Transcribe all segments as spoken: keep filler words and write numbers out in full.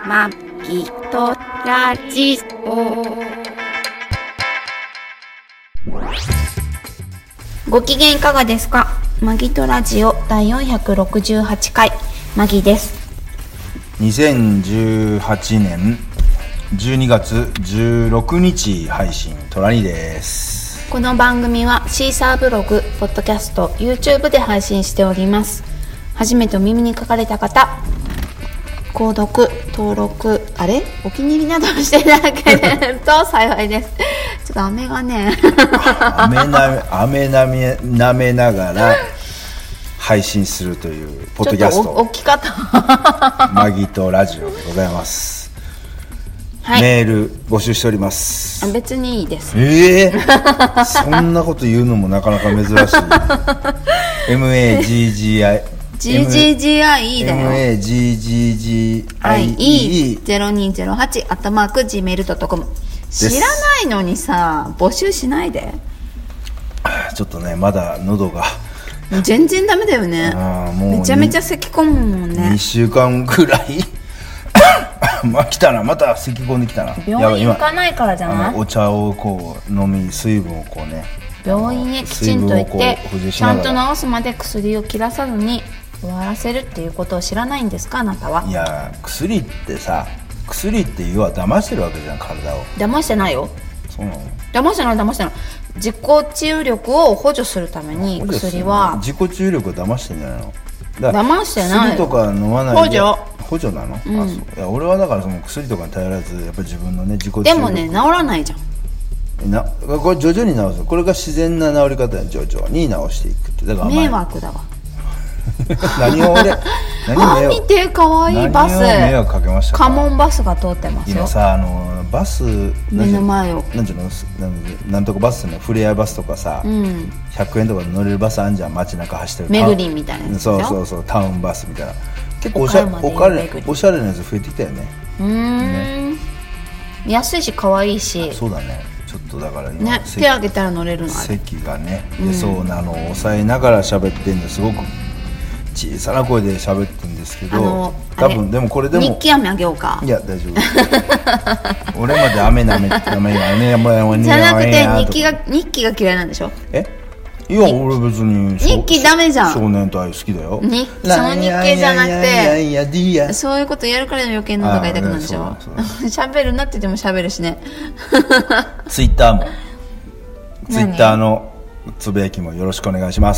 マギトラジオ。ご機嫌いかがですか？マギトラジオだいよんひゃくろくじゅうはちかい、マギです。 にせんじゅうはちねんじゅうにがつじゅうろくにち配信、トラニです。 この番組はシーサーブログ、ポッドキャスト、YouTube で配信しております。初めてお耳に書かれた方、購読、登録、あれお気に入りなどしていただけると幸いです。ちょっと飴がね飴な飴なめなめながら配信するというポッドキャスト、 ちょっと置き方マギとラジオでございます。はい、メール募集しております。 別にいいです。 えー、そんなこと言うのもなかなか珍しいエムエージージーアイジージージーアイ だよ。 エムエージージージーアイゼロにゼロはち アットマーク ジーメールドットコム。 知らないのにさ、募集しないで。 ちょっとね、まだ喉が全然ダメだよね。あ、もうめちゃめちゃ咳込むもんね。 にしゅうかんぐらいまあ来たな、また咳込んできたな。 病院行かないからじゃない？ お茶をこう飲み、水分をこうね、 病院へきちんと行ってちゃんと治すまで薬を切らさずに終わらせるっていうことを知らないんですか、あなたは。 いや、薬ってさ、薬って要は騙してるわけじゃん、体を。 騙してないよ。 そうなの？ 騙してない騙してない。自己治癒力を補助するために薬は、 自己治癒力を騙してんじゃないの？だ騙してない。 薬とか飲まないで補助補助なの、うん、あ、そう。いや、俺はだからその薬とかに頼らず、やっぱり自分のね、自己治癒力。 でもね、治らないじゃん。 な、これ徐々に治す。これが自然な治り方や。徐々に治していくって。だから迷惑だわ何を俺何あ、見て、かわいいバス。 迷惑かけましたか。 カモンバスが通ってますよ。 今さ、あのバス目の前をなんていうの、なんなんとかバスのフレアバスとかさ、うん、ひゃくえんとかで乗れるバスあんじゃん、街中走ってる。 めぐりんみたいなやつ。 そうそうそう、タウンバスみたいな。結構おしゃおかれおしゃれなやつ増えてきたよね。うーん、 ね、安いし可愛いし。 そうだね。ちょっとだから今、 ね、手挙げたら乗れるの。 席がね、出そうなのを抑えながら喋ってんですごく小さな声で喋ってるんですけど、多分でもこれでも日記飴あげようか。 いや大丈夫俺まで飴なめなめ飴飴じゃなくて、日記が日記が嫌いなんでしょ。 え、いや、俺別に日記ダメじゃん。 少年隊好きだよ。 日記、その日記じゃなくて、そういうことやるから余計喉が痛くなるでしょ。喋るなって言っても喋るしねツイッターもツイッターのつぶやきもよろしくお願いします。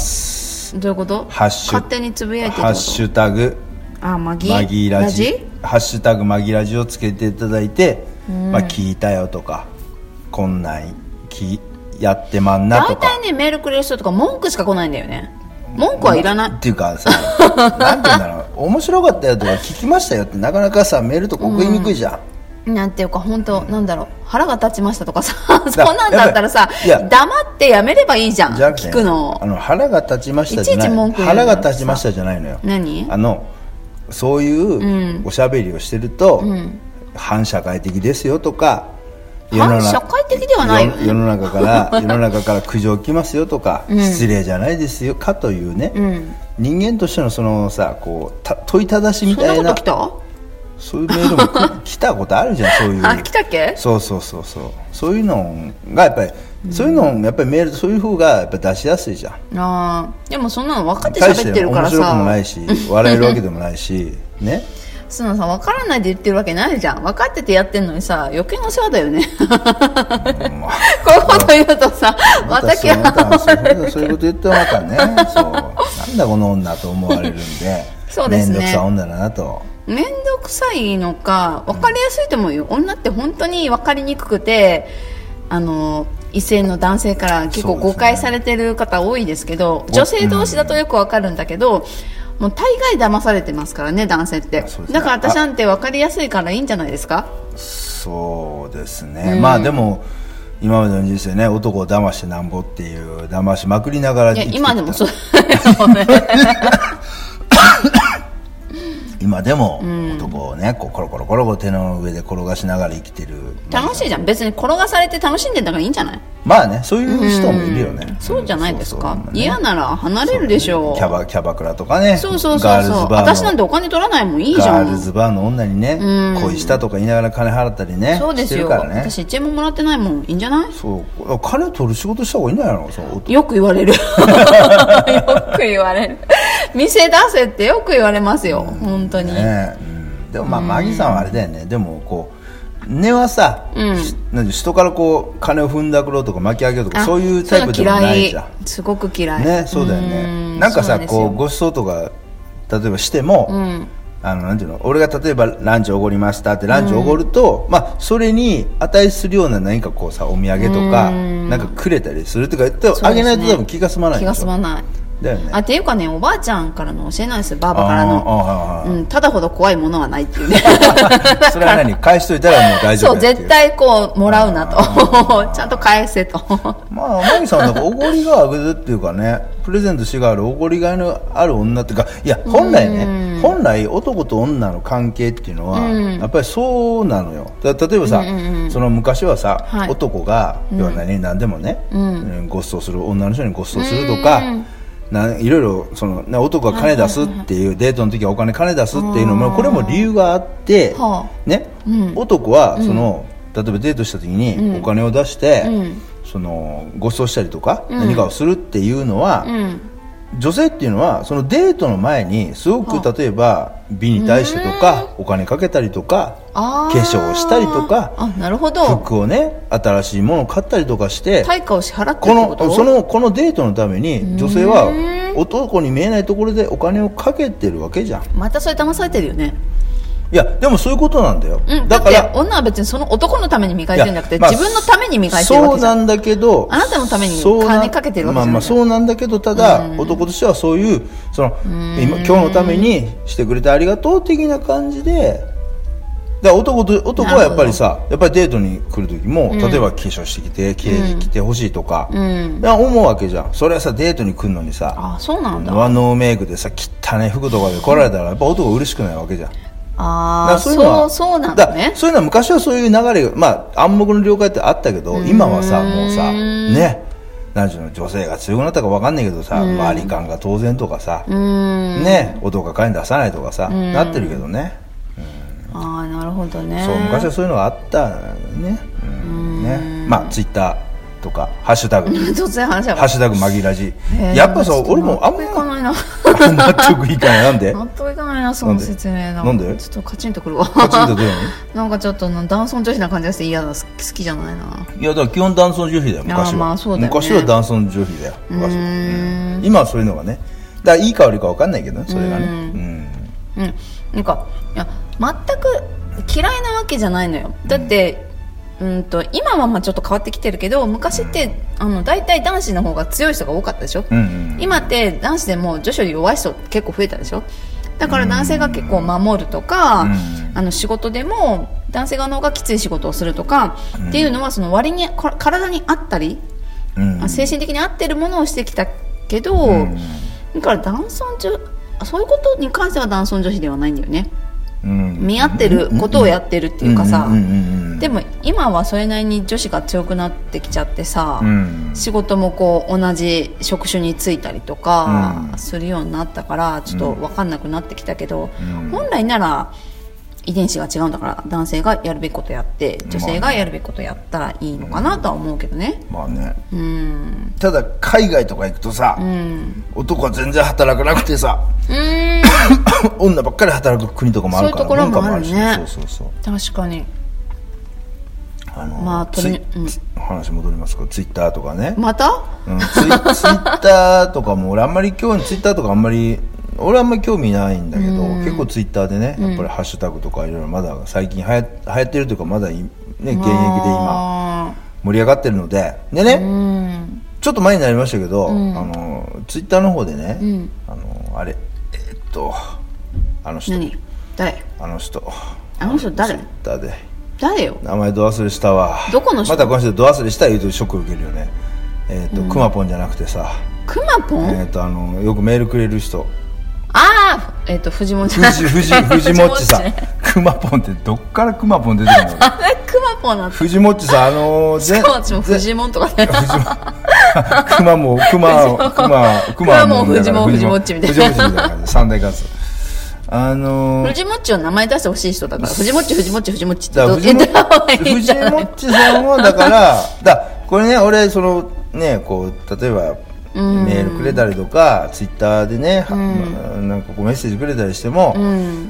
どういうこと？ ハッシュ勝手につぶやいてるってこと？ ハッシュタグあ、マギマギラジ、ハッシュタグマギラジをつけていただいて、まあ、聞いたよとか、こんなんきやってまんなとか。 大体ね、メールくれる人とか文句しか来ないんだよね。文句はいらない、 ま、っていうかさなんていうんだろう、面白かったよとか聞きましたよってなかなかさ、メールとか送りにくいじゃん。 なんていうか、本当、うん、なんだろう、腹が立ちましたとかさそんなんだったらさ、黙ってやめればいいじゃん。じゃ聞くの。 あの腹が立ちましたじゃない。 いちいち文句言う腹が立ちましたじゃないのよ。 何？ あのそういうおしゃべりをしてると、うん、反社会的ですよとか、 反社会的ではないよね。 世の中から世の中から苦情来ますよとか、うん、失礼じゃないですよかというね、うん、人間としてのそのさ、こうた問いただしみたいな。 そんなこと来た？ そういうメールも来たことあるじゃん、そういう。 あ、来たっけ？ そうそうそうそう。そういうのがやっぱり、うん、そういうのやっぱりメール、そういう方がやっぱり出しやすいじゃん。 ああ、でもそんなの分かって喋ってるからさ。 面白くもないし、笑えるわけでもないし、ね。 そのさ、分からないで言ってるわけないじゃん。分かっててやってんのにさ、余計な世話だよね。うん、まあ、こういうこと言うとさ、また嫌われる。 そういうこと言ってまたね、そう、なんだこの女と思われるんで、 そうですね。 面倒くさい女だなと。 面倒くさいのか分かりやすいと思うよ。女って本当に分かりにくくて、あの異性の男性から結構誤解されてる方多いですけど、女性同士だとよく分かるんだけど、もう大概騙されてますからね、男性って。ね、だから私なんて分かりやすいからいいんじゃないですか。 そうですね、うん、まあでも今までの人生ね、男を騙してなんぼっていう騙しまくりながら生きてきた。 いや今でもそう今でも男をね、こうコロコロコロコロ手の上で転がしながら生きてる。 楽しいじゃん。別に転がされて楽しんでんだからいいんじゃない？ まあね、そういう人もいるよね。 うん、そうじゃないですか。嫌、ね、なら離れるでしょう。 ね、キャバキャバクラとかね。 そうそうそうそう。私なんてお金取らないもんいいじゃん。 ガールズバーの女にね、うん、恋したとか言いながら金払ったりね。 そうですよ。ね、私いちえんももらってないもんいいんじゃない？ そう。金を取る仕事した方がいいんじゃないの？そうよく言われる。よく言われる。店出せってよく言われますよ。うん、本当に。ね、 うん、でもまあマギさんはあれだよね。でもこう。根はさ、うん、人からこう金を踏んだくろうとか巻き上げようとかそういうタイプでもないじゃん。 すごく嫌いね。そうだよね。なんかさこうご馳走とか例えばしても、うん、あのなんていうの俺が例えばランチおごりましたってランチおごると、うん、まあそれに値するような何かこうさお土産とか、うん、なんかくれたりするとか言って、ね、あげないと多分気が済まないでしょ。 気が済まない。 だよね、 あっていうかねおばあちゃんからの教えなんですよ。ばあばからの、うん、ただほど怖いものはないっていうね。 それは何返しといたらもう大丈夫そう絶対こうもらうなとちゃんと返せと。 まあマギさんはなんかおごりがあるっていうかねプレゼントしがあるおごりがいのある女っていうかいや本来ね本来男と女の関係っていうのはやっぱりそうなのよ。だ例えばさ、うんうんうん、その昔はさ、はい、男が要は何何でもね、うん、ご馳走する女の人にご馳走するとか、うんないろいろその、ね、男が金出すっていうデートの時はお金金出すっていうのもこれも理由があって、ねうん、男はその、うん、例えばデートした時にお金を出して、うん、そのご馳走したりとか、うん、何かをするっていうのは、うん女性っていうのはそのデートの前にすごく例えば美に対してとかお金かけたりとか化粧をしたりとかあなるほど服をね新しいものを買ったりとかして対価を支払ってるってこと？ このそのこのデートのために女性は男に見えないところでお金をかけてるわけじゃん。 またそれ騙されてるよね。 いやでもそういうことなんだよ、 うん、だからだって女は別にその男のために磨いてるんじゃなくて、まあ、自分のために磨いてるわけじゃん。 そうなんだけどあなたのために金かけてるわけじゃない。まあまあそうなんだけどただ、うん、男としてはそういうその今今日のためにしてくれてありがとう的な感じでだから男と男はやっぱりさやっぱりデートに来る時も、うん、例えば化粧してきて綺麗に来てほしいとか、うん、思うわけじゃん。それはさデートに来るのにさあそうなんだノアノーメイクでさ汚い服とかで来られたらやっぱ男嬉しくないわけじゃん。 ああそうそうそうなんだね。 そういうのは昔はそういう流れがまあ暗黙の了解ってあったけど今はさもうさね何ていうの女性が強くなったか分かんないけどさ周り感が当然とかさね男が金出さないとかさなってるけどね。 ああなるほどね。 そう昔はそういうのがあったね。うんねまあツイッターとかハッシュタグ突然話がハッシュタグマギラジやっぱさ俺もあんま納得いかないな納得いかないなんで納得いかないなその説明ななんでちょっとカチンとくるわカチンとくるのなんかちょっと男尊女卑な感じがして嫌だ好きじゃないな。 いやだから基本男尊女卑だよ昔は。あまあそうだよね、昔は男尊女卑だよ昔は、うん、今はそういうのがねだからいいか悪いか分かんないけどねそれがねうん、 うん、なんかいや全く嫌いなわけじゃないのよ。だって、うん、うんと今はまあちょっと変わってきてるけど昔ってあの大体男子の方が強い人が多かったでしょ、うんうん、今って男子でも女子より弱い人結構増えたでしょ。だから男性が結構守るとか、うん、あの仕事でも男性側の方がきつい仕事をするとか、うん、っていうのはその割に体に合ったり、うん、精神的に合ってるものをしてきたけど、うん、だから男尊女そういうことに関しては男尊女卑ではないんだよね。うん、見合ってることをやってるっていうかさでも今はそれなりに女子が強くなってきちゃってさ、うん、仕事もこう同じ職種に就いたりとかするようになったからちょっと分かんなくなってきたけど、うん、本来なら遺伝子が違うんだから男性がやるべきことやって女性がやるべきことやったらいいのかなとは思うけどね。 まあね、うん、ただ海外とか行くとさ、うん、男は全然働かなくてさうん女ばっかり働く国とかもあるからそういうところもあるね。 そうそうそう確かにあの、まあ、ツイ、うん、話戻りますかツイッターとかねまた、 うん、ツイ、ツイッターとかも俺あんまり興味ツイッターとかあんまり俺あんまり興味ないんだけど、うん、結構ツイッターでねやっぱりハッシュタグとかいろいろまだ最近はや、流行ってるというかまだ、ね、現役で今盛り上がってるのででね、うん、ちょっと前になりましたけど、うん、あのツイッターの方でね、うん、あのあれえー、っとあの人何誰あの人あの人誰ツイッターで誰よ名前ド忘れしたわどこの人またこの人ド忘れしたら言うとショック受けるよねえー、っと、うん、くまぽんじゃなくてさくまぽんえー、っとあのよくメールくれる人ああえっ、ー、と藤もっち藤藤藤もっちさんくまぽんってどっからくまぽん出てるのあれくまぽんなん藤もっちさんあのー、 しかも私も藤もんとかねくまもくまくまくまも藤も藤もっちみたいな藤もっちみたいな感じ三大活あのー、 藤もっちを名前出してほしい人だから藤もっち藤もっち藤もっちってどう言った方がいいんじゃない藤もっちさんはだからだこれね俺そのねこう例えばメールくれたりとかツイッターでね、うん、なんかこうメッセージくれたりしても、うん、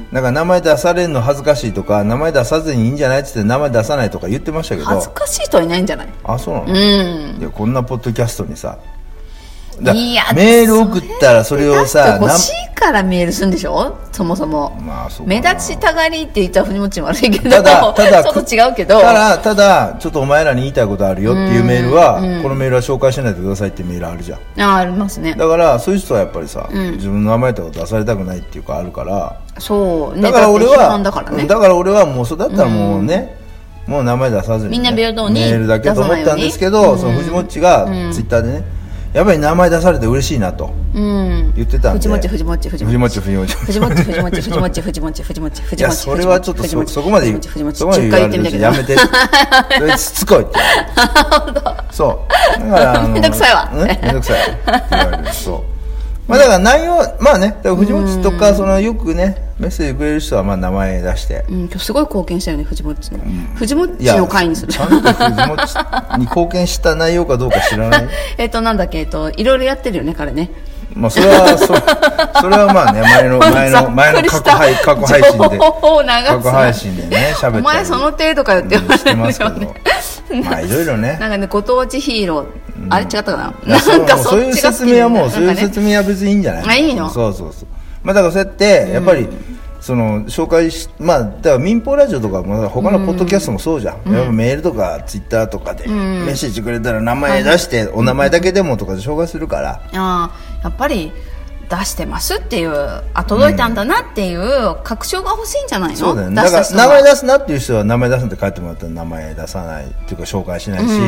なんか名前出されるの恥ずかしいとか名前出さずにいいんじゃないって言って名前出さないとか言ってましたけど恥ずかしい人はいないんじゃないあそうなの、 うん、 いやこんなポッドキャストにさいやメール送ったらそれをさ欲しいからメールするんでしょそもそも、まあ、そう目立ちたがりって言ったら藤本悪いけどただただちょっと違うけどただただちょっとお前らに言いたいことあるよっていうメールは、うん、このメールは紹介しないでくださいっていうメールあるじゃんあありますねだからそういう人はやっぱりさ、うん、自分の名前とか出されたくないっていうかあるからそう、ね、 だから俺はだから、ね、 だから俺はもうそうだったらもうね、うん、もう名前出さずに、ね、 みんな平等にメールだけと思ったんですけど、うん、その藤もっちがツイッターでね、うんやっぱり名前出されて嬉しいなと言ってたんで、 藤もっち藤もっち藤もっち藤もっち藤もっち藤もっち藤もっち藤もっち藤もっち藤もっちいやそれはちょっとそこまで藤もっちそこまで言われるとやめてそれしつこいってそうだからめんどくさいわめんどくさいって言われるそうまあだから内容まあね藤もっちとかそのよくねメッセージくれる人はまあ名前出して、 うん、今日すごい貢献したよね藤もっちの、うん、藤もっちの会にするちゃんと藤もっちに貢献した内容かどうか知らないえっとなんだっけえっといろいろやってるよね彼ねまあそれはそ, それはまあね前の前の前の過去配過去配信で過去配信でね喋ってお前その程度かよって言われるんですよねまあいろいろねなんかねご当地ヒーロー、うん、あれ違ったかななんかそういう説明はもうそういう説明は別にいいんじゃないあいいのそうそうそうまあだからそうやってやっぱり、うんその紹介しまあだから民放ラジオとかも他のポッドキャストもそうじゃん、うん、やっぱメールとかツイッターとかでメッセージくれたら名前出して、うん、お名前だけでもとかで紹介するから、 うん、あやっぱり出してますっていうあ届いたんだなっていう確証が欲しいんじゃないの、 そうだよねだから名前出すなっていう人は名前出すって書いてもらったら名前出さないっていうか紹介しないし、うん、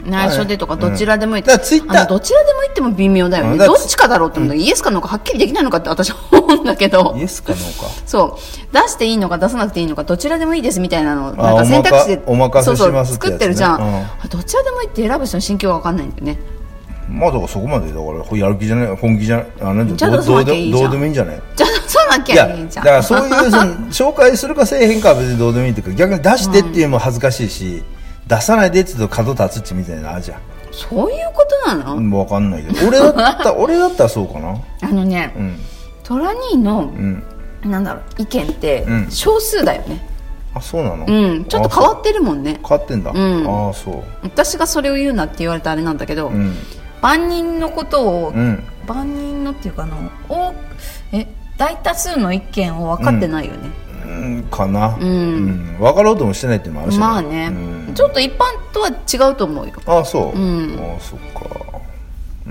内緒でとかどちらでもいい、 うん、だからツイッターどちらでもいっても微妙だよね、うん、どっちかだろうって思う、うん、イエスかノーかはっきりできないのかって私は思うんだけどイエスかノーかそう出していいのか出さなくていいのかどちらでもいいですみたいなのなんか選択肢でお任せしますってやつ、ね、そうそう作ってるじゃん、うん、どちらでもいいって選ぶ人の心境が分かんないんだよねまあだからそこまでだからやる気じゃない本気じゃないあなんじゃあどうでどうでもいいんじゃないじゃあ出さなきゃいいじゃんだからそういうその紹介するかせえへんかは別にどうでもいいっていうか逆に出してっていうのも恥ずかしいし、うん、出さないでって言うと角立つっちみたいなのあるじゃんそういうことなの、 うん、分かんないけど俺だった俺だったらそうかなあのね、うん、トラ兄の、うん、なんだろう意見って少数だよね、 うん、あそうなの、 うん、ちょっと変わってるもんね変わってんだ、うん、あそう私がそれを言うなって言われたあれなんだけど、うん万人のことを、うん、万人のっていうかなおえ大多数の意見を分かってないよね、 うんうん、かな、うんうん、分かろうともしてないっていうのもあるし、ね、 まあね、うん、ちょっと一般とは違うと思うよあそう、 うん、 あそっかうん、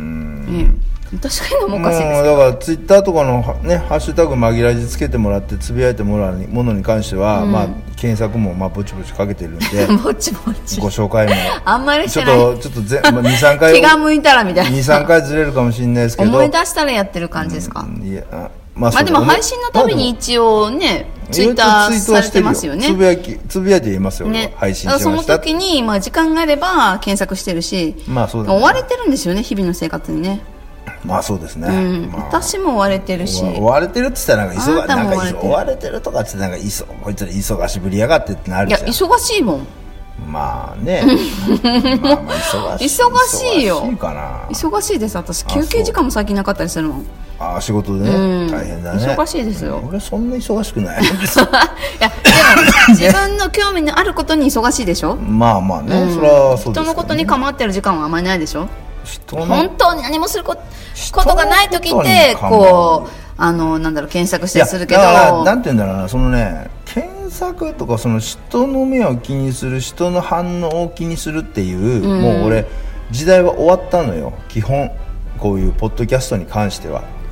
ね確かにもおかしいですだからツイッターとかの、ね、ハッシュタグ紛らわしつけてもらってつぶやいてもらうものに関しては、うんまあ、検索もまあぼちぼちかけてるんでぼちぼちご紹介もあんまりしてないちょっとちょっとぜ、まあ、にさんかい気が向いたらみたいなにさんかいずれるかもしれないですけど思い出したらやってる感じですか、 うん、いやまあ、まあでも配信のたびに一応ねツイッターされてますよねつぶやきつぶやいて言いますよ、ね、配信しましたその時に、まあ、時間があれば検索してるし、 まあそうだね、 追われてるんですよね日々の生活にねまあそうですね、 うんまあ、 私も追われてるし追われてるって言ったらなんか忙なんか追われてるとかってなんかこいつら忙しぶりやがってってなるじゃんいや忙しいもんまあねまあまあ忙しい忙しいよ忙しいかな忙しいです私休憩時間も最近なかったりするもんああ仕事でね、うん、大変だね忙しいですよ俺そんな忙しくないいやでも自分の興味のあることに忙しいでしょまあまあね、うん、それはそうです、ね、 人のことに構ってる時間はあんまりないでしょ本当に何もすることことがない時ってこうあのなんだろう検索したりするけどなんて言うんだろうなそのね検索とかその人の目を気にする人の反応を気にするっていう、うん、もう俺時代は終わったのよ基本こういうポッドキャストに関しては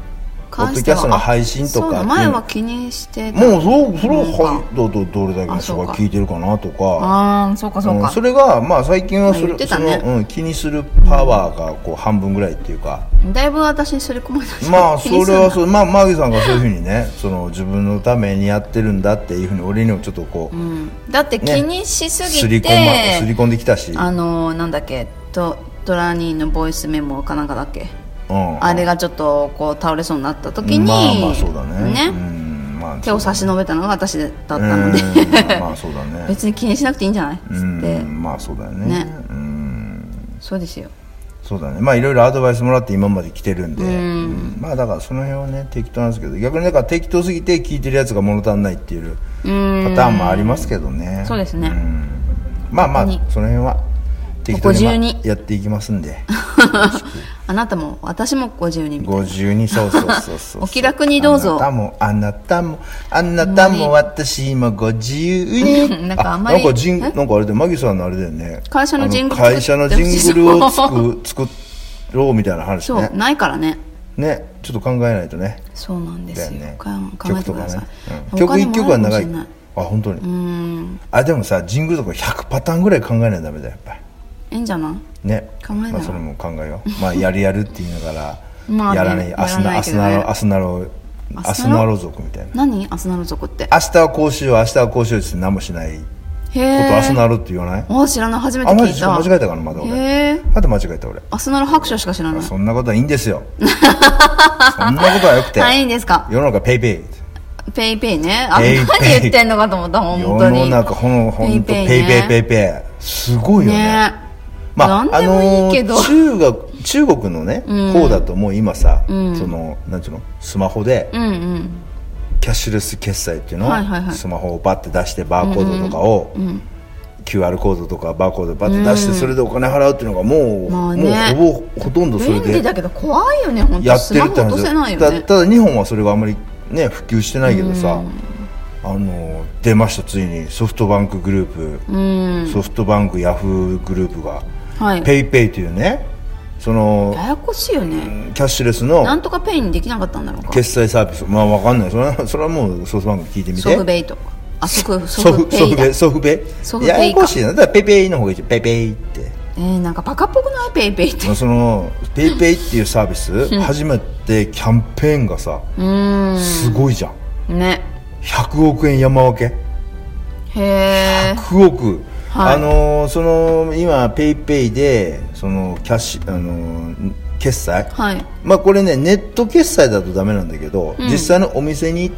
ポッドキャストの配信とか前は気にしてた。 もうそうそれははいどどどれだけの人が聞いてるかなとか、 ああそうかそうか、 うん、それがまあ最近はそれ、 ね、 その、うん、気にするパワーがこう半分ぐらいっていうか、 だいぶ私にすり込まれた。 まあそれはそう、まあマギさんがそういうふうにね、その自分のためにやってるんだっていうふうに俺にもちょっとこう、うん、 だって気にしすぎて、 ね、すり込んできたし、 あのなんだっけとトラニーのボイスメモかなんかだっけ、うん、あれがちょっとこう倒れそうになった時に、 まあまあそうだね、 ね、 うんまあ、 手を差し伸べたのが私だったので、 まあそうだね、 別に気にしなくていいんじゃないっつって、 まあそうだよ ね, ね、 うんそうですよ。 そうだね、まあいろいろアドバイスもらって今まで来てるんで、うん、まあだからその辺はね適当なんですけど、逆にだから適当すぎて聞いてるやつが物足んないっていうパターンもありますけどね。 そうですね、うん、 まあまあその辺は適当にやっていきますんであなたも私もご自由にみたいな、 ご自由に、そうそうそうそうお気楽にどうぞ。 あなたもあなたもあなたも私もご自由になんかあんまりあなんかジンなんかあれでマギさんのあれだよね、 会社のジングル会社のジングルを作作ろうみたいな話ね。 そうないからねね、ちょっと考えないとね。 そうなんですよ、ね、考えてください、 うん、曲いっきょくは長い。あ本当に。 うんあでもさジングルとかひゃくパターンぐらい考えないとダメだよやっぱり。 いいんじゃないね、 考えない、 まあ、それも考えようまあやるやるって言いながらまあ、ね、 やらないアスナアスナロアスナロアスナロ族みたいな。 何アスナロ族って。 明日はこうしよう明日はこうしようって何もしないことアスナロって言わない？ あ知らない、初めて聞いた。 あ間違えたかなまだ俺。 へまだ間違えた俺。 アスナロ白書しか知らない。 そんなことはいいんですよそんなことはよくてあいいんですか。 世の中ペイペイペイペイね。あ何言ってんのかと思った本当に。 世の中ほんほんとペイペイペイペイすごいよね。 ねまあ、 何でもいいけど、 あのー、中国中国のね、うん、方だともう今さ、うん、そのなんていうのスマホで、うんうん、キャッシュレス決済っていうのを、はいはいはい、スマホをバッて出してバーコードとかを、うんうん、キューアール コードとかバーコードバッて出して、うん、それでお金払うっていうのがもう、まあね、もうほぼほとんどそれで便利だけど怖いよね本当。やってるって話だよね。 ただ日本はそれがあんまりね普及してないけどさ、あの出ましたついにソフトバンクグループ、ソフトバンクヤフーグループがはい、ペイペイというね、そのややこしいよね。 キャッシュレスのなんとかペイにできなかったんだろうか。 決済サービス、まあわかんない。それはそれはもうソフトバンク聞いてみて。 ソフベイとか、あソフソフペイだ。ソフベイ。ソフベイ。ややこしいな。だからペイペイの方がいい。ペイペイって。 えー、なんかバカっぽくないペイペイって。 そのペイペイっていうサービス初めてキャンペーンがさ、うんすごいじゃん。ね。ひゃくおくえん山分け。へえ。ひゃくおく。はい、あのー、その今ペイペイでそのキャッシュ、あのー、決済、はい、まあこれねネット決済だとダメなんだけど、うん、実際のお店に行って、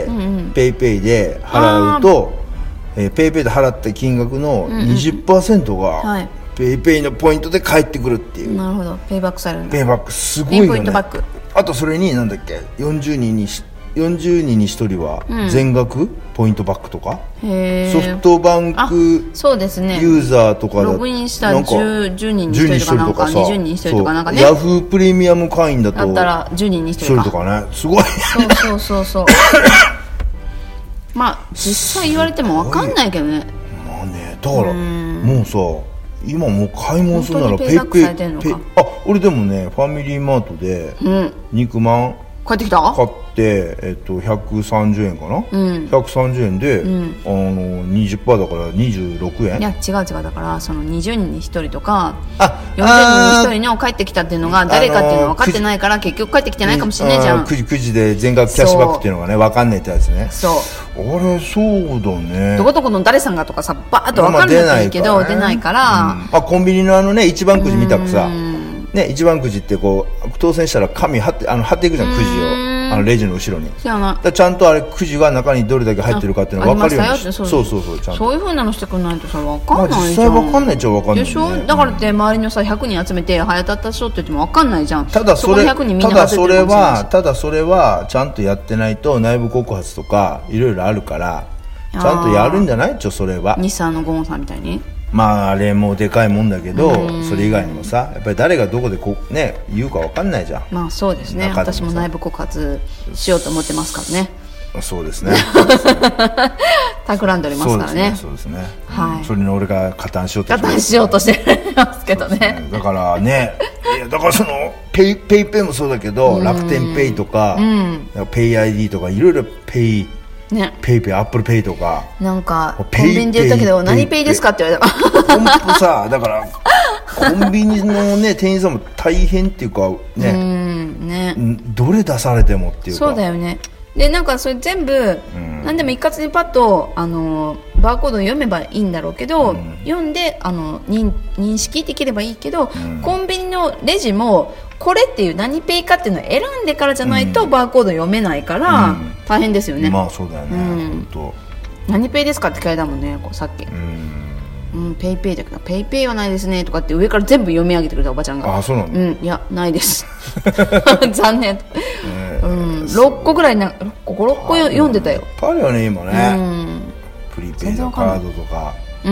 うんうん、ペイペイで払うと、えー、ペイペイで払った金額の にじゅっパーセント が、うんうんはい、ペイペイのポイントで返ってくるっていう。 なるほど、ペイバックされるんだ。 ペイバックすごいよね。 ポイントバック。 あとそれになんだっけよんじゅうにんにしよんじゅうにんにひとりは全額ポイントバックとか、うん、ソフトバンクそうですねユーザーとかだとログインしたら じゅう, じゅうにんにひとりとかなんかにじゅうにんにひとりとかなんかね、 ヤフープレミアム会員だとだったらじゅうにんにひとりかとかね、すごいそうそうそうそうまあ実際言われても分かんないけどね。 まあね、だからもうさ今もう買い物するならペイペイペイあ俺でもねファミリーマートで肉まん買ってきた買って、えっと、ひゃくさんじゅうえんかな、うん、ひゃくさんじゅうえんで、うん、あの にじゅっパーセント だからにじゅうろくえん。 いや違う違う、だからそのにじゅうにんにひとりとかよんじゅうにんにひとりの帰ってきたっていうのが誰かっていうのは分かってないから結局帰ってきてないかもしれないじゃん。 くじくじで全額キャッシュバックっていうのがね分かんないってやつね。 そうあれそうだね、 どこどこの誰さんがとかさバーッと分かんないけど、まあ、出ないから、うんまあ、コンビニのあのね一番くじ見たくさね、一番くじってこう当選したら紙貼ってあの貼っていくじゃん、くじをあのレジの後ろに。だちゃんとあれくじが中にどれだけ入ってるかっていうのが分かるようにしそうそうそうちゃんとそういう風なのしてくんないとさ分かんないじゃん、 まあ、実際分かんないっちゃ分かんない、ね、 でしょ。だからって周りのさひゃくにん集めて早たったっしょって言っても分かんないじゃん。 ただそれただそれはただそれはちゃんとやってないと内部告発とかいろいろあるからちゃんとやるんじゃないっちょそれは。 日産のゴンさんみたいにまああれもでかいもんだけどそれ以外にもさやっぱり誰がどこでこう、ね、言うか分かんないじゃん。 まあそうですね、私も内部告発しようと思ってますからね。 そうですね企んでおりますからね。 そうですね、そうですね、 はい、 うん、それに俺が加担しようとして加担しようとしてますけど ね, ねだからねいやだからそのペイペイペイもそうだけど、楽天ペイとか、うん、ペイ アイディー とかいろいろペイね、ペイペイ、アップルペイとかなんかコンビニで言ったけど何ペイですかって言われた。 本当さ、だからコンビニのね店員さんも大変っていうかね、うんね、どれ出されてもっていうか。 そうだよね。でなんかそれ全部、うん、何でも一括にパッとあのバーコードを読めばいいんだろうけど、うん、読んであの 認, 認識できればいいけど、うん、コンビニのレジもこれっていう何ペイかっていうのを選んでからじゃないと、うん、バーコード読めないから、うん、大変ですよね。 まあそうだよね、うん、 本当何ペイですかって聞かれたもんね、こうさっき、うんうん、ペイペイだけどペイペイはないですねとかって上から全部読み上げてくれたおばちゃんが。 あ、そうなんだ、 うん、いやないです残念、えーうん、ろっこぐらいなろっこごろっこ読んでたよ。 パリはね今ね、うん、プリペイドカードとか、うん、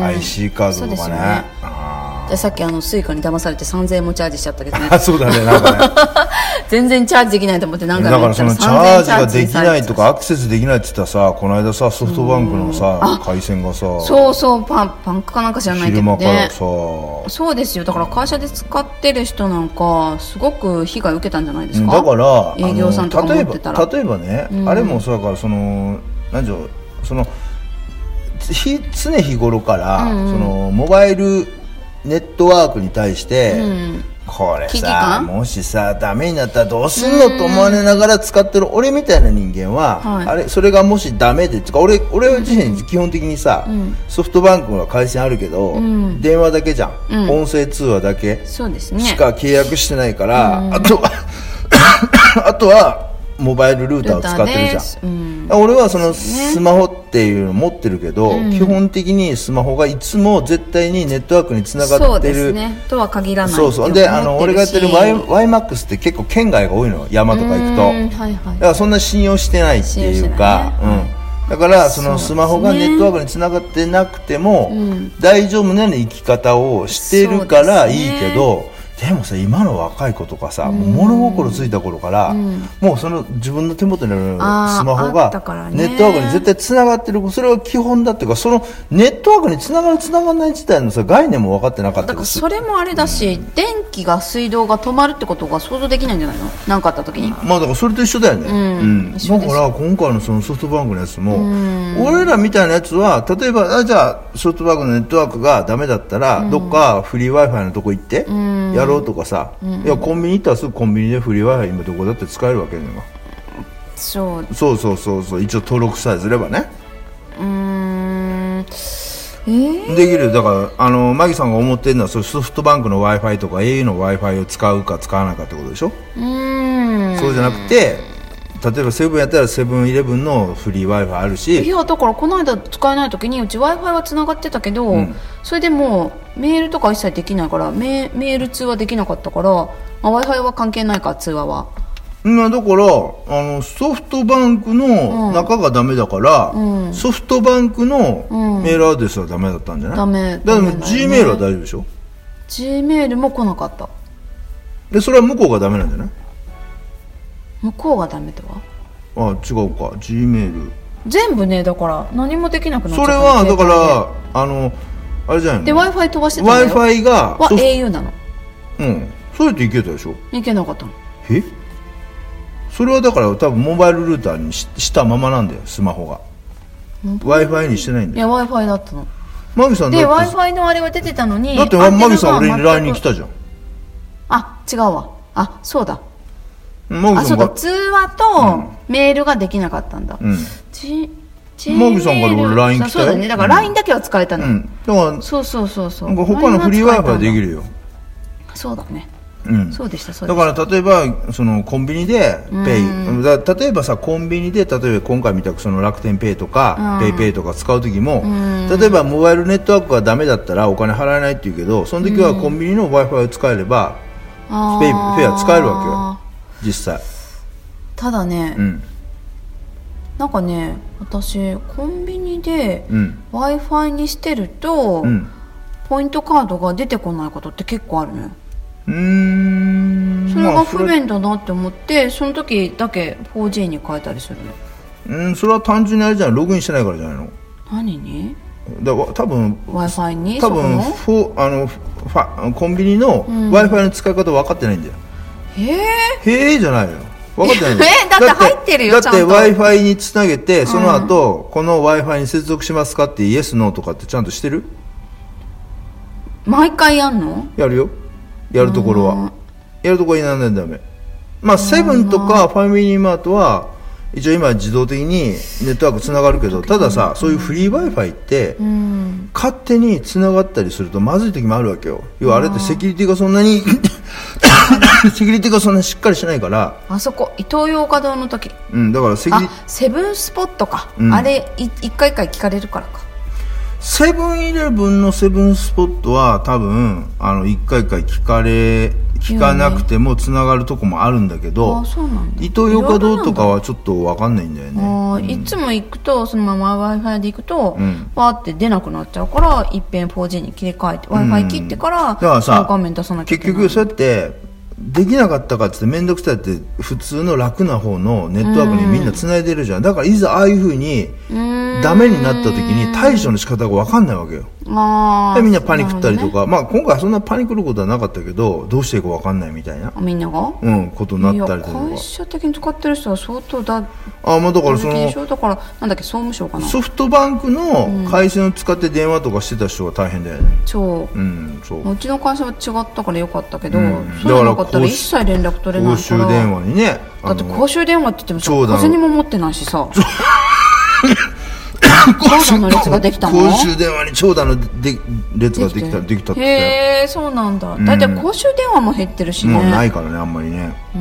アイシー カードとかね。 あでさっきあのスイカに騙されてさんぜんえんもチャージしちゃったけどね。 あ、そうだね、なんかね全然チャージできないと思って何回も言ったら、だからそのチャージができないとかアクセスできないって言ったらさ、この間さソフトバンクのさ回線がさ、 そうそうパンパンクかなんか知らないけどね、 昼間からさ、 そうですよ。だから会社で使ってる人なんかすごく被害受けたんじゃないですか。 だから営業さんとか持ってたら、 例えばね、うん、あれもそうだから、その何でしょう、そのひ常日頃から、うんうん、そのモバイルネットワークに対して、うん、これさもしさダメになったらどうすんのと思われながら使ってる俺みたいな人間は、はい、あれそれがもしダメでとか、俺俺自身基本的にさ、うん、ソフトバンクは回線あるけど、うん、電話だけじゃん、うん、音声通話だけしか契約してないから、うん、あとあとはモバイルルーターを使ってるじゃん、うん、俺はそのスマホっていうのを持ってるけど、うん、基本的にスマホがいつも絶対にネットワークにつながってる。 そうですねとは限らない。 そうそうで、あの俺がやってる ワイマックス って結構県外が多いの、山とか行くと、はいはい、だからそんな信用してないっていうか、ね、うん、だからそのスマホがネットワークにつながってなくても、ね、大丈夫な生き方をしてるからいいけど、でもさ今の若い子とかさ、うん、物心ついた頃から、うん、もうその自分の手元にあるスマホがネットワークに絶対つながってる、それは基本だっていうか、そのネットワークにつながるつながらない自体のさ概念も分かってなかったりする。 だからそれもあれだし、うん、電気が水道が止まるってことが想像できないんじゃないの、何かあった時に。 まあだからそれと一緒だよね、うんうん、だから今回のそのソフトバンクのやつも、うん、俺らみたいなやつは例えばあじゃあソフトバンクのネットワークがダメだったら、うん、どっかフリー Wi-Fi のとこ行ってやろうとかさ、うん、いやコンビニ行ったらすぐコンビニでフリー Wi-Fi 今どこだって使えるわけね。 そうそうそうそうそう、一応登録さえすればね、 うーん、えー、 できる。だからあのマギさんが思ってるのはソフトバンクの Wi-Fi とか エーユー の Wi-Fi を使うか使わないかってことでしょ。うーん、そうじゃなくて、例えばセブンやったらセブンイレブンのフリー Wi-Fi あるし。 いやだからこの間使えない時にうち Wi-Fi はつながってたけど、うん、それでもうメールとか一切できないからメ、メール通話できなかったから、まあ、Wi-Fi は関係ないか通話は。 だからあのソフトバンクの中がダメだから、うん、ソフトバンクのメールアドレスはダメだったんじゃない、うん、ダメだから G メールは大丈夫でしょ。 G メールも来なかった。 でそれは向こうがダメなんじゃない。 向こうがダメとは。 あ違うか、 G メール全部ね、だから何もできなくなっちゃった。 それはだからあのあれじゃないの。 で Wi-Fi 飛ばしてたんだよ。 Wi-Fi がは エーユー なの。 うん、それっていけたでしょ。 いけなかったの。 えそれはだから多分モバイルルーターに し, したままなんだよスマホが。 Wi-Fi にしてないんだよ。 いや Wi-Fi だったの。 マギさんだってで Wi-Fi のあれは出てたのに、 だってマギさん俺に ライン に来たじゃん。 あ違うわ、あそうだ、あそうだ、通話とメールができなかったんだ、うん、G マギさんから俺 ライン 来たよ。 そうだね、だから ライン だけは使えたの、うん、 だからそうそうそうそう、他のフリー Wi-Fi できるよ。 そうだね、 うん、 そうでしたそうでした。 だから例えばそのコンビニでペイ、だ例えばさコンビニで例えば今回見たその楽天ペイとかペイペイとか使う時も、例えばモバイルネットワークがダメだったらお金払えないって言うけど、その時はコンビニの Wi-Fi を使えればペイペイは使えるわけよ実際。 ただね、うん、なんかね私コンビニで Wi-Fi にしてると、うん、ポイントカードが出てこないことって結構あるのよ。うーん、それが不便だなって思って、その時だけ フォージー に変えたりするの。 うん、それは単純にあれじゃない、ログインしてないからじゃないの。 何にだから多分 Wi-Fi に多分フォあのファコンビニの Wi-Fi の使い方分かってないんだよ。 へえへえじゃないよ、分かってないんだよえだって入ってるよ、 だって Wi-Fi につなげてその後、うん、この Wi-Fi に接続しますかってイエスノーとかってちゃんとしてる？ 毎回やんの？ やるよ、やるところはやるところになんないとダメ。まあセブンとかファミリーマートは一応今自動的にネットワークつながるけど、たださ、そういうフリー Wi-Fi って、うん、勝手につながったりするとまずい時もあるわけよ。要はあれってセキュリティがそんなにセキュリティがそんなにしっかりしないから。 あそこイトーヨーカドーの時、 うん、だからセキュリあセブンスポットか、うん、あれい一回一回聞かれるからか。 セブンイレブンのセブンスポットは多分あの一回一回聞かれ聞かなくてもつながるとこもあるんだけど、 あそうなんだ、 イトーヨーカドーとかはちょっと分かんないんだよね。 あ、うん、いつも行くとそのまま Wi-Fi で行くと、うん、わーって出なくなっちゃうからいっぺん フォージー に切り替えて Wi-Fi 切ってから、うん、だからさ画面出さなきゃいけない。 結局そうやってできなかったかって面倒くさいって普通の楽な方のネットワークにみんなつないでるじゃん。だからいざああいう風にダメになった時に対処の仕方が分かんないわけよ。あでみんなパニックったりとか、ね、まあ今回はそんなパニックることはなかったけど、どうしていいか分かんないみたいなみんながうんことになったりとか。 会社的に使ってる人は相当だ。 あまあだからそのだからなんだっけ、総務省かな、 ソフトバンクの回線を使って電話とかしてた人が大変だよね。 そう、 うん、そううちの会社は違ったからよかったけど、うん、そうなかったら一切連絡取れないから。公衆電話にね、 だって公衆電話って言ってもさ小銭も持ってないしさ長蛇の列ができたの？ 公衆電話に長蛇ので列ができたできたって。 へえ、そうなんだ。だいたい公衆電話も減ってるしね。 もうないからね、あんまりね。 うん。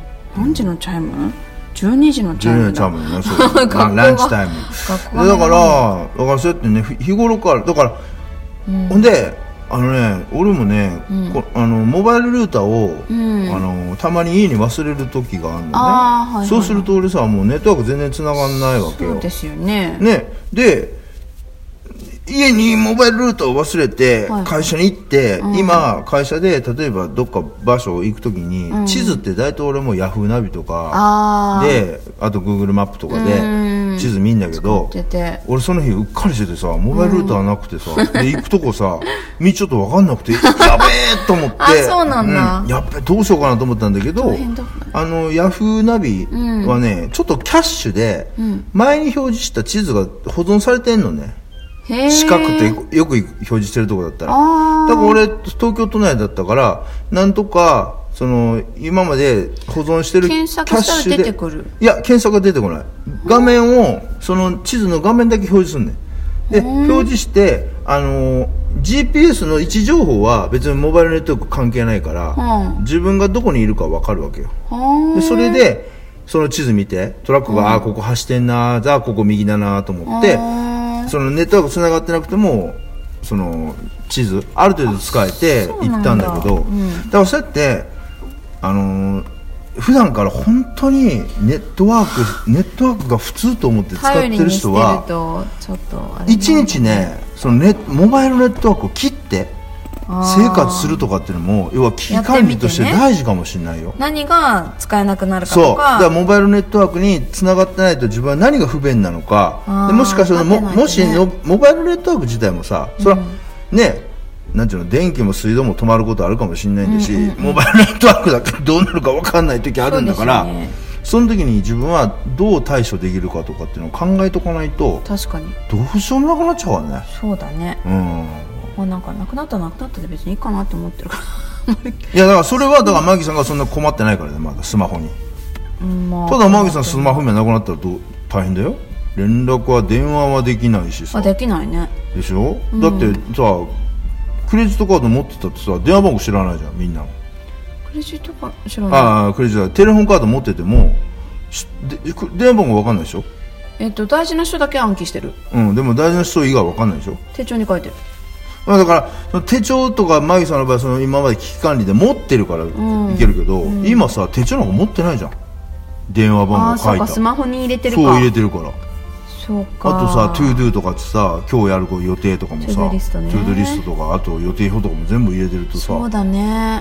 何時のチャイム？じゅうにじのチャイムだ。 じゅうにじのチャイムね。そうランチタイム。だからだからそうやってね、日頃からだから、うん、ほんであのね、俺もね、うん、こあのモバイルルーターを、うん、あのたまに家に忘れる時があるのね。あ、はいはいはい、そうすると俺さ、もうネットワーク全然繋がんないわけよ。 そうですよね。 ね、で家にモバイルルーターを忘れて会社に行って、はい、今会社で例えばどっか場所行くときに、うん、地図って大体俺もヤフーナビとかで、あと Google マップとかで地図見んだけど、俺その日うっかりしててさ、モバイルルーターなくてさ、うん、で行くとこさ道ちょっと分かんなくてやべえと思ってあ、そうなんだ、 うん、やっべどうしようかなと思ったんだけど、あのヤフーナビはね、うん、ちょっとキャッシュで前に表示した地図が保存されてんのね。四角ってよく表示してるとこだったら。だから俺東京都内だったからなんとかその今まで保存してるキャッシュで検索したら出てくる。 いや検索が出てこない。画面をその地図の画面だけ表示するねん。で表示してあの ジーピーエス の位置情報は別にモバイルネットワーク関係ないから、うん、自分がどこにいるか分かるわけよ。でそれでその地図見てトラックが、うん、あここ走ってんな、じゃあここ右だなと思って。そのネットワークつながってなくてもその地図ある程度使えて行ったんだけど、だ,、うん、だからそうやってあのー、普段から本当にネットワークネットワークが普通と思って使ってる人はいちにちね、そのネモバイルネットワークを切って生活するとかっていうのも要は危機管理として大事かもしれないよ。 ね、何が使えなくなるかとか、 そうだからモバイルネットワークにつながってないと自分は何が不便なのか、でもしかしたら も, もしのモバイルネットワーク自体もさ、それは、うん、ねなんていうの電気も水道も止まることあるかもしれないんだし、うんうんうん、モバイルネットワークだけどうなるか分かんない時あるんだから、 そ,、ね、その時に自分はどう対処できるかとかっていうのを考えとかないと確かにどうしようもなくなっちゃうからね。 そうだね、うん、もうなんかなくなったらなくなったで別にいいかなって思ってるからいやだからそれはだからマギさんがそんな困ってないからね、まだスマホに、まあ、ただマギさんスマホがなくなったらどう大変だよ。連絡は電話はできないしさ。 あできないね。 でしょ、うん、だってさクレジットカード持ってたってさ電話番号知らないじゃんみんな。 クレジットカード知らない。 ああクレジットテレホンカード持っててもで電話番号分かんないでしょ。 えっと大事な人だけ暗記してる。 うんでも大事な人以外分かんないでしょ。 手帳に書いてる。 だからその手帳とかマギさんの場合その今まで危機管理で持ってるからいけるけど、うんうん、今さ手帳なんか持ってないじゃん。電話番号書いた。あそうかスマホに入れてるか。 そう入れてるから。 そうか。 あとさトゥードゥとかってさ今日やる予定とかもさトゥードゥリスト、ね、トゥードゥリストとかあと予定表とかも全部入れてるとさそうだね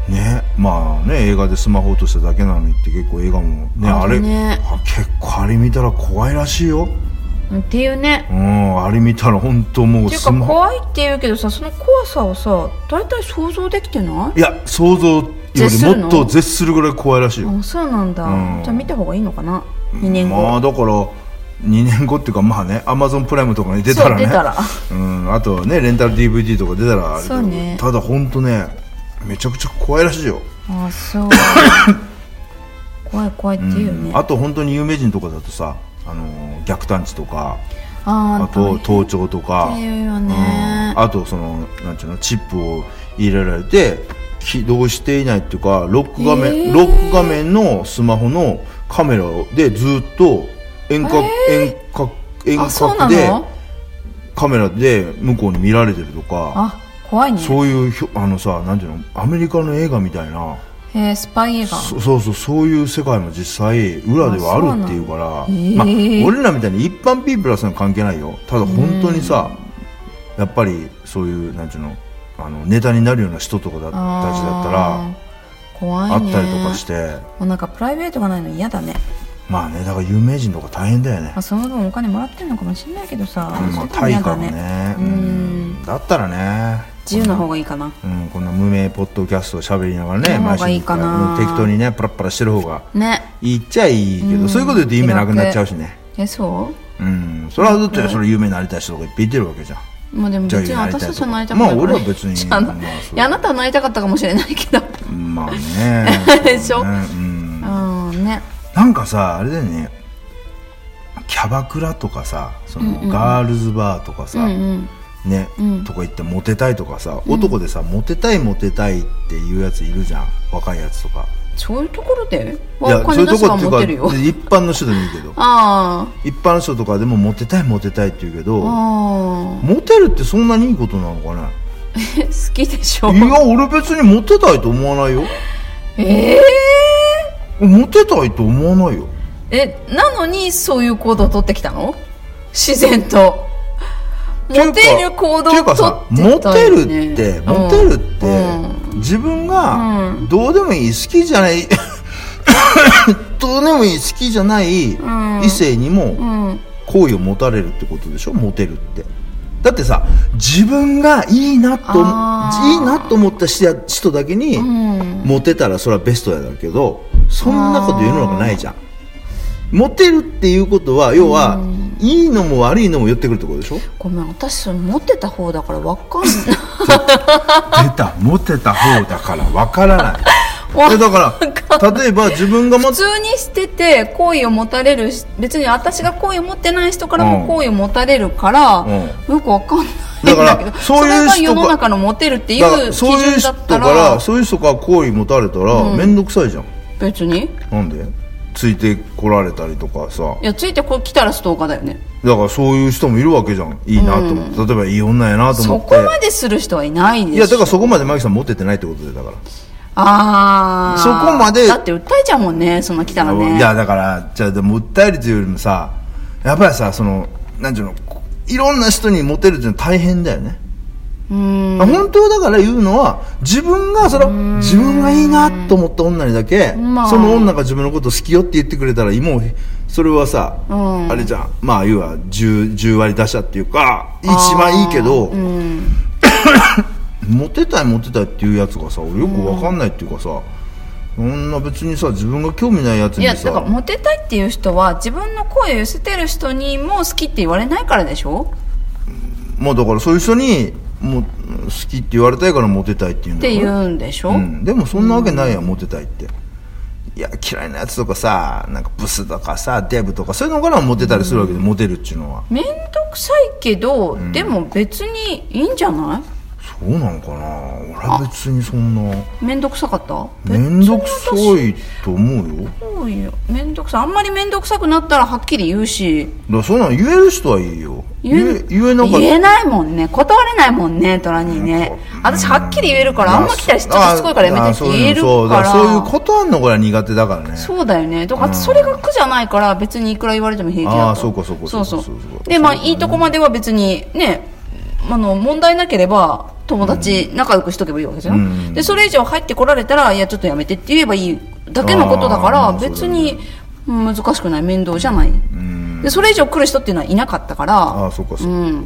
ね、まあね、映画でスマホ落としただけなのにって結構映画もね、あれ、 ね、 あ結構あれ見たら怖いらしいよっていうね。 うん、あれ見たら本当もうっていうか怖いって言うけどさ、その怖さをさ大体想像できてない？ いや、想像よりもっと絶するぐらい怖いらしいよ。 あ、そうなんだ、うん、じゃあ見た方がいいのかな、にねんご。 まあだからにねんごっていうか、まあね、アマゾンプライムとかに出たらね、 出たらうん、あとねレンタル ディーブイディー とか出たらあれだけど、そうね、ただ本当ねめちゃくちゃ怖いらしいよ。 あ、そう怖い怖いって言うよね、 うん、あと本当に有名人とかだとさ、あのー、逆探知とか、 あ, あと盗聴とかっていうよね、 うん、あとそのなんていうの、チップを入れられて起動していないっていうか、ロック画面、えー、ロック画面のスマホのカメラでずっと遠隔、えー、遠隔遠隔でカメラで向こうに見られてるとか、 あ、怖いね。 そういうあのさ、なんていうの、アメリカの映画みたいな、 へー、スパイ映画。 そそうそう、そういう世界も実際裏ではあるっていうから、あ、えーまあ、俺らみたいに一般ピープルはその関係ないよ。ただ本当にさ、やっぱりそういうなんていうの、あのネタになるような人とかだたちだったら怖いね、 あったりとかして、 もうなんかプライベートがないの嫌だね。 まあね、だから有名人とか大変だよね。 まあ、その分お金もらってるのかもしれないけどさ、 うん、まあ、対価もね、うん、だったらね、 自由な方がいいかな、 うん、こんな無名ポッドキャストを喋りながらね、 の方がいいかな、 適当にねパラッパラしてる方がね、 いいっちゃいいけど、うん、そういうこと言うと意味なくなっちゃうしね。 え、そう？ うん、それはだってそれ有名になりたい人とかいっぱいいてるわけじゃん。 まあでも別に私たちはなりたかった。 まあ俺は別に、 まあ、いや、あなたはなりたかったかもしれないけど、 まあねでしょ、 ね、うん、 うんね、 なんかさ、あれだよね、キャバクラとかさ、その、うんうん、ガールズバーとかさ、うんうんね、うん、とか言ってモテたいとかさ、うん、男でさモテたいモテたいっていうやついるじゃん、若いやつとか。 そういうところでいや、そういうところっていうか一般の人でもいいけどあ一般の人とかでもモテたいモテたいって言うけど、あモテるってそんなにいいことなのかね。 好きでしょ。 いや、俺別にモテたいと思わないよ。 ええー、モテたいと思わないよ。 え、なのにそういう行動を取ってきたの？自然とモテる行動を取ってたよね。 モテるってモテるって、うん、自分がどうでもいい、好きじゃない、うん、どうでもいい、好きじゃない異性にも好意を持たれるってことでしょ、モテるって。だってさ、自分がいいなといいなと思った人だけにモテたらそれはベストやだけど、そんなこと世の中ないじゃん。モテるっていうことは要は、うん、いいのも悪いのも寄ってくるってことでしょ。 ごめん、私それモテた方だから分かんない出た、モテた方だから分からないだから例えば自分が普通にしてて好意を持たれる、別に私が好意を持ってない人からも好意を持たれるから、うん、よく分かんないんだけど、そういう人それが世の中のモテるっていう基準だったら、 そういう人から好意持たれたら面倒くさいじゃん。 別になんでついてこられたりとかさ。 いや、ついてこ来たらストーカーだよね。 だからそういう人もいるわけじゃん。いいなと思って、うん、例えばいい女やなと思って。 そこまでする人はいないでしょ。 いや、だからそこまでマキさん持っててないってことで、だからああ、 そこまでだって訴えちゃうもんね、そんな来たらね。 いや、だからじゃあでも訴えるというよりもさ、やっぱりさ、そのなんていうの、いろんな人にモテるっていうのは大変だよね。うん、本当だから言うのは、自分がその自分がいいなと思った女にだけ、まあ、その女が自分のこと好きよって言ってくれたら、もうそれはさ、うん、あれじゃん、まあ要は 10, じゅう割打者っていうか一番いいけど、うん、モテたいモテたいっていうやつがさ、俺よく分かんないっていうかさ、そんな別にさ、自分が興味ないやつにさ。 いや、だからモテたいっていう人は自分の声を寄せてる人にも好きって言われないからでしょ。 まあだからそういう人にもう好きって言われたいからモテたいっていうんだって言うんでしょ、 うん、でもそんなわけないやん、うん、モテたいって。いや、嫌いなやつとかさ、なんかブスとかさ、デブとかそういうのからモテたりするわけで、うん、モテるっていうのはめんどくさいけど、うん、でも別にいいんじゃない？ そうなのかな。俺は別にそんなめんどくさかった？ めんどくさいと思うよ。 そうよ、めんどくさい。あんまりめんどくさくなったらはっきり言うし。 だからそんなの言える人はいいよ。 言え、言えなかった。言えないもんね。断れないもんね、トラニーね。私はっきり言えるから、あんま来たりちょっとしつこいからやめてって言えるから。そうだ、 そういう断るのこれは苦手だからね。 そうだよね。だからそれが苦じゃないから、別にいくら言われても平気だと。 ああ、そうかそうかそうそう。で、まあいいとこまでは別にね、あの問題なければ友達、うん、仲良くしとけばいいわけじゃん、うん、でそれ以上入ってこられたらいやちょっとやめてって言えばいいだけのことだから別に難しくない面倒じゃない、うん、でそれ以上来る人っていうのはいなかったから。 ああそうかそうか、うん、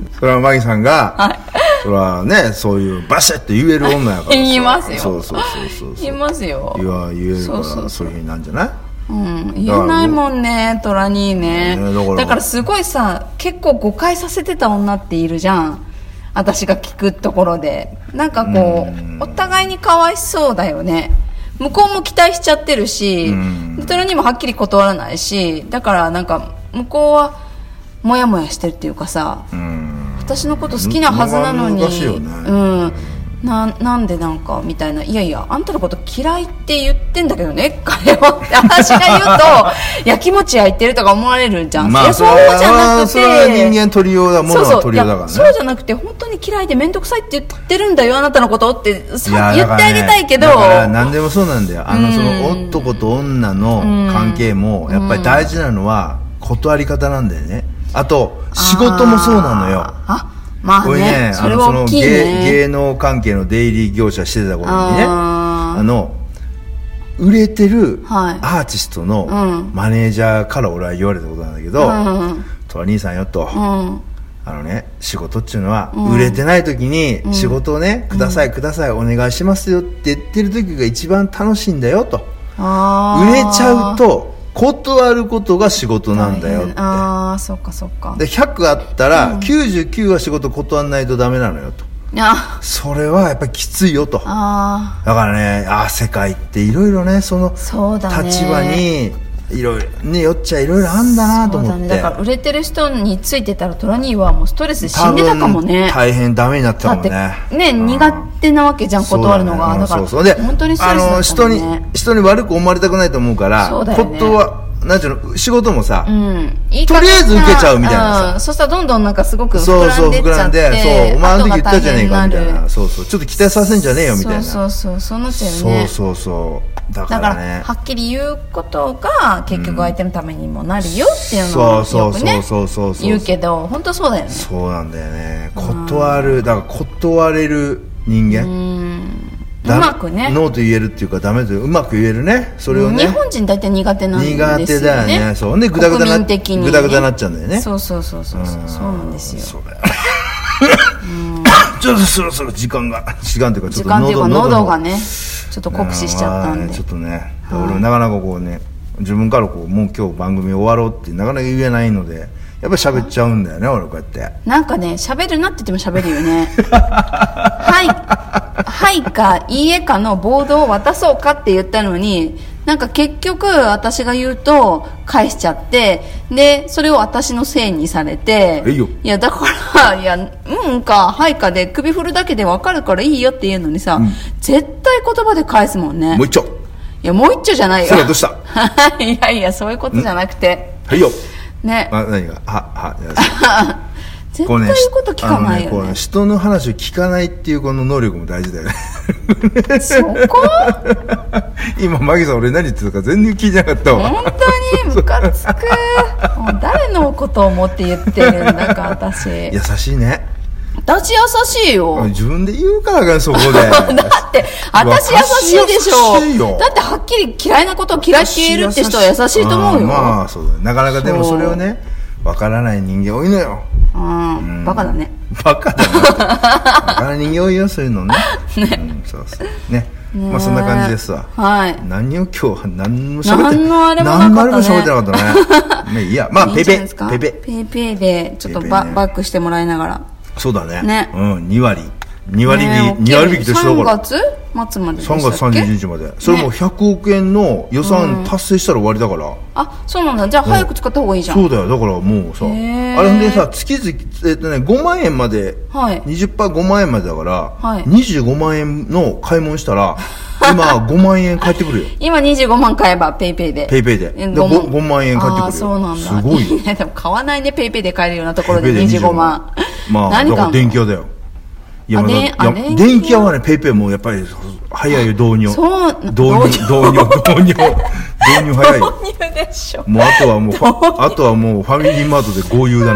それはマギさんが、はい、それはねそういうバシッと言える女やから言いますよ。 そうそうそうそう言いますよ。 言わ言えるからそういうふうになんじゃない。 うん、言えないもんねトラニーね、ね、だから、だからすごいさ結構誤解させてた女っているじゃん私が聞くところでなんかこうお互いにかわいそうだよね。向こうも期待しちゃってるしトラニーもはっきり断らないしだからなんか向こうはモヤモヤしてるっていうかさ私のこと好きなはずなのに、うんな, なんでなんかみたいないやいやあんたのこと嫌いって言ってんだけどね彼はって私が言うとやきもち焼いてるとか思われるじゃん、まあ、いやそうじゃなくてそれは人間取りようだものは取りようだからね。 そうじゃなくて本当に嫌いで面倒くさいって言ってるんだよあなたのことってさ言ってあげたいけど、ね、だから何でもそうなんだよあのその男と女の関係もやっぱり大事なのは断り方なんだよね。あと仕事もそうなのよ。 あまあね、これね、 それは大きいね。あのその 芸, 芸能関係の出入り業者してた頃にね、あ, あの売れてるアーティストのマネージャーから俺は言われたことなんだけど、うん、トラ兄さんよと、うん、あのね仕事っていうのは、うん、売れてない時に仕事をね、うん、くださいくださいお願いしますよって言ってる時が一番楽しいんだよと。あ売れちゃうと断ることが仕事なんだよって。 ああそっかそっか。 でひゃくあったら、うん、きゅうじゅうきゅうは仕事断らないとダメなのよと。あそれはやっぱりきついよと。あだからねあ世界っていろいろねその立場にいろいろねよっちゃいろいろあんだなと思って。そうだね、だから売れてる人についてたらトラニーはもうストレスで死んでたかもね。 大変ダメになってたかもね。 だってね苦手なわけじゃん断るのが。だからそうそうで本当にストレスだったもんね。あの人に人に悪く思われたくないと思うからそうだよね。断なんていうの仕事もさ、うん、いいとりあえず受けちゃうみたいなさ、うん、そしたらどんどんなんかすごく膨らんでっちゃって、そうそう膨らんでそうお前あの時言ったじゃねえかみたいなそうそうちょっと期待させんじゃねえよみたいなそうそうそうそうなっちゃうよね。 そうそうそうだからねだからはっきり言うことが結局相手のためにもなるよっていうのをよくね言うけど本当そうだよね。 そうなんだよね断るだから断れる人間うんうまくねノーと言えるっていうかダメとうまく言えるねそれをね日本人大体苦手なんですよね。 苦手だよねそうねグダグダなグダグダなっちゃうんだよね。 そうそうそうそうそうそうなんですよ。そうだよちょっとそろそろ時間が時間というかちょっと喉, 時間っていうか喉がねちょっと酷使しちゃったんでちょっとね俺もなかなかこうね自分からこうもう今日番組終わろうってなかなか言えないのでやっぱり喋っちゃうんだよね俺こうやってなんかね喋るなって言っても喋るよねはいはいかいいえかのボードを渡そうかって言ったのになんか結局私が言うと返しちゃってでそれを私のせいにされていよいやだからいやうんかはいかで首振るだけで分かるからいいよっていうのにさ、うん、絶対言葉で返すもんね。 もう一丁いやもう一丁じゃないよそれはどうしたいやいやそういうことじゃなくてはいよねあ何がはは絶対言うこと聞かないよね。こうね、 人の話を聞かないっていうこの能力も大事だよねそこ今マギさん俺何言ってたか全然聞いてなかったわ。 本当にムカつくもう誰のことを思って言ってるんだか私優しいね。 私優しいよ。 自分で言うからかそこでだって私優しいでしょ。だってはっきり嫌いなことを嫌いって言えるって人は優しいと思うよ。 まあそうだ、ね、なかなかでもそれをねわからない人間多いのよ。 うん、うん、バカだね。 バカだね。バカな人間多いよそういうのね。ね、うん、そうそうね。ねまあそんな感じですわ。 はい。 何を今日何も喋って何のあれもなかったね。何のあれも喋ってなかったね。ねいやまあペペペペペペでちょっとババックしてもらいながら。 そうだね。 ね。 うんに割に割引、ね、に割引きとしてだから。 さんがつ末まででしたっけ。 さんがつさんじゅういちにちまで。それもひゃくおくえんの予算達成したら終わりだから。うん、 あ、そうなんだ。じゃあ早く使った方がいいじゃん。 そうだよ。だからもうさ、あれでさ月々えっとねごまんえんまで、はい、にじゅっパーセントごまんえんまでだから、はい、にじゅうごまんえんの買い物したら。今ごまんえん返ってくるよ。 今にじゅうごまん買えばペイペイで。 ペイペイで。で ご, ごまんえん返ってくるよ。ああそうなんだ。すごいよ。 でも買わないねペイペイで買えるようなところでにじゅうごまん。 まあ何か電気屋だよ。いや、いや電気屋はねペイペイもやっぱり早いよ導入。 そう導入導入導入導入早いよ。 導入でしょ。 もうあとはもうあとはもうファミリーマートで豪遊だね。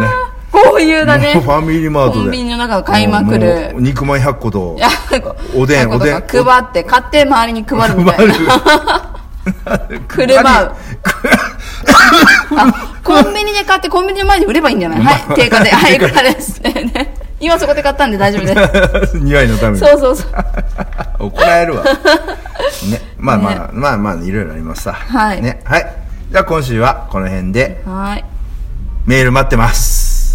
こういうだね。 もうファミリーマートでコンビニの中を買いまくる。 肉まんひゃっこといやおでんおでん配って買って周りに配るみたいな。くるまう。あ、コンビニで買ってコンビニの前で売ればいいんじゃない？はい、定価で。はい、いくらですね。今そこで買ったんで大丈夫です。 匂いのために。 そうそうそう。 怒られるわ。ね、まあまあ、ね、まあまあいろいろありますさ。 はい。 ね、はい。じゃあ今週はこの辺で。 はい。 メール待ってます。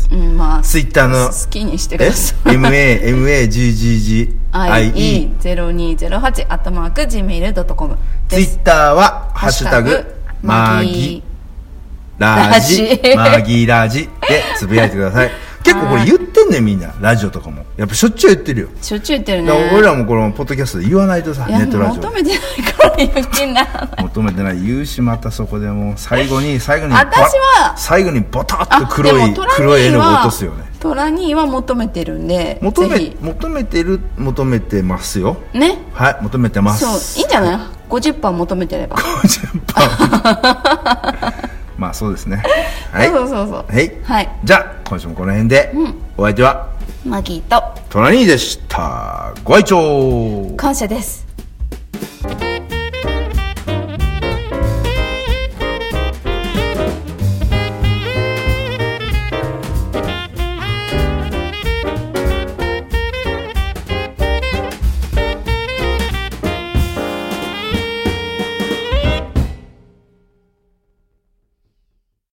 うん、まあ。 ツイッターの。 好きにしてください。 エムエーエムエージージージーアイイーゼロにゼロはち アットマーク ジーメール ドットコムツイッターはハッシュタグマギラジマギラジでつぶやいてください。結構これ言ってんねんみんな。ラジオとかもやっぱしょっちゅう言ってるよ。 しょっちゅう言ってるね。 俺らもこのポッドキャストで言わないとさ、ネットラジオ求めてないから言ってんだ。 求めてない言うし、またそこでもう最後に最後に私は最後にボタッと黒い黒い絵の具落とすよね。 トラニーは求めてるんで、 求め求めてる求めてますよね。 はい、求めてます。 そう、いいんじゃない？ ごじゅっパーセント 求めてれば。 ごじゅっパーセント まあそうですね。はい。 そうそうそう。 はい。 はい。 じゃあ今週もこの辺で、うん、お相手はマギーとトラニーでした。ご愛聴感謝です。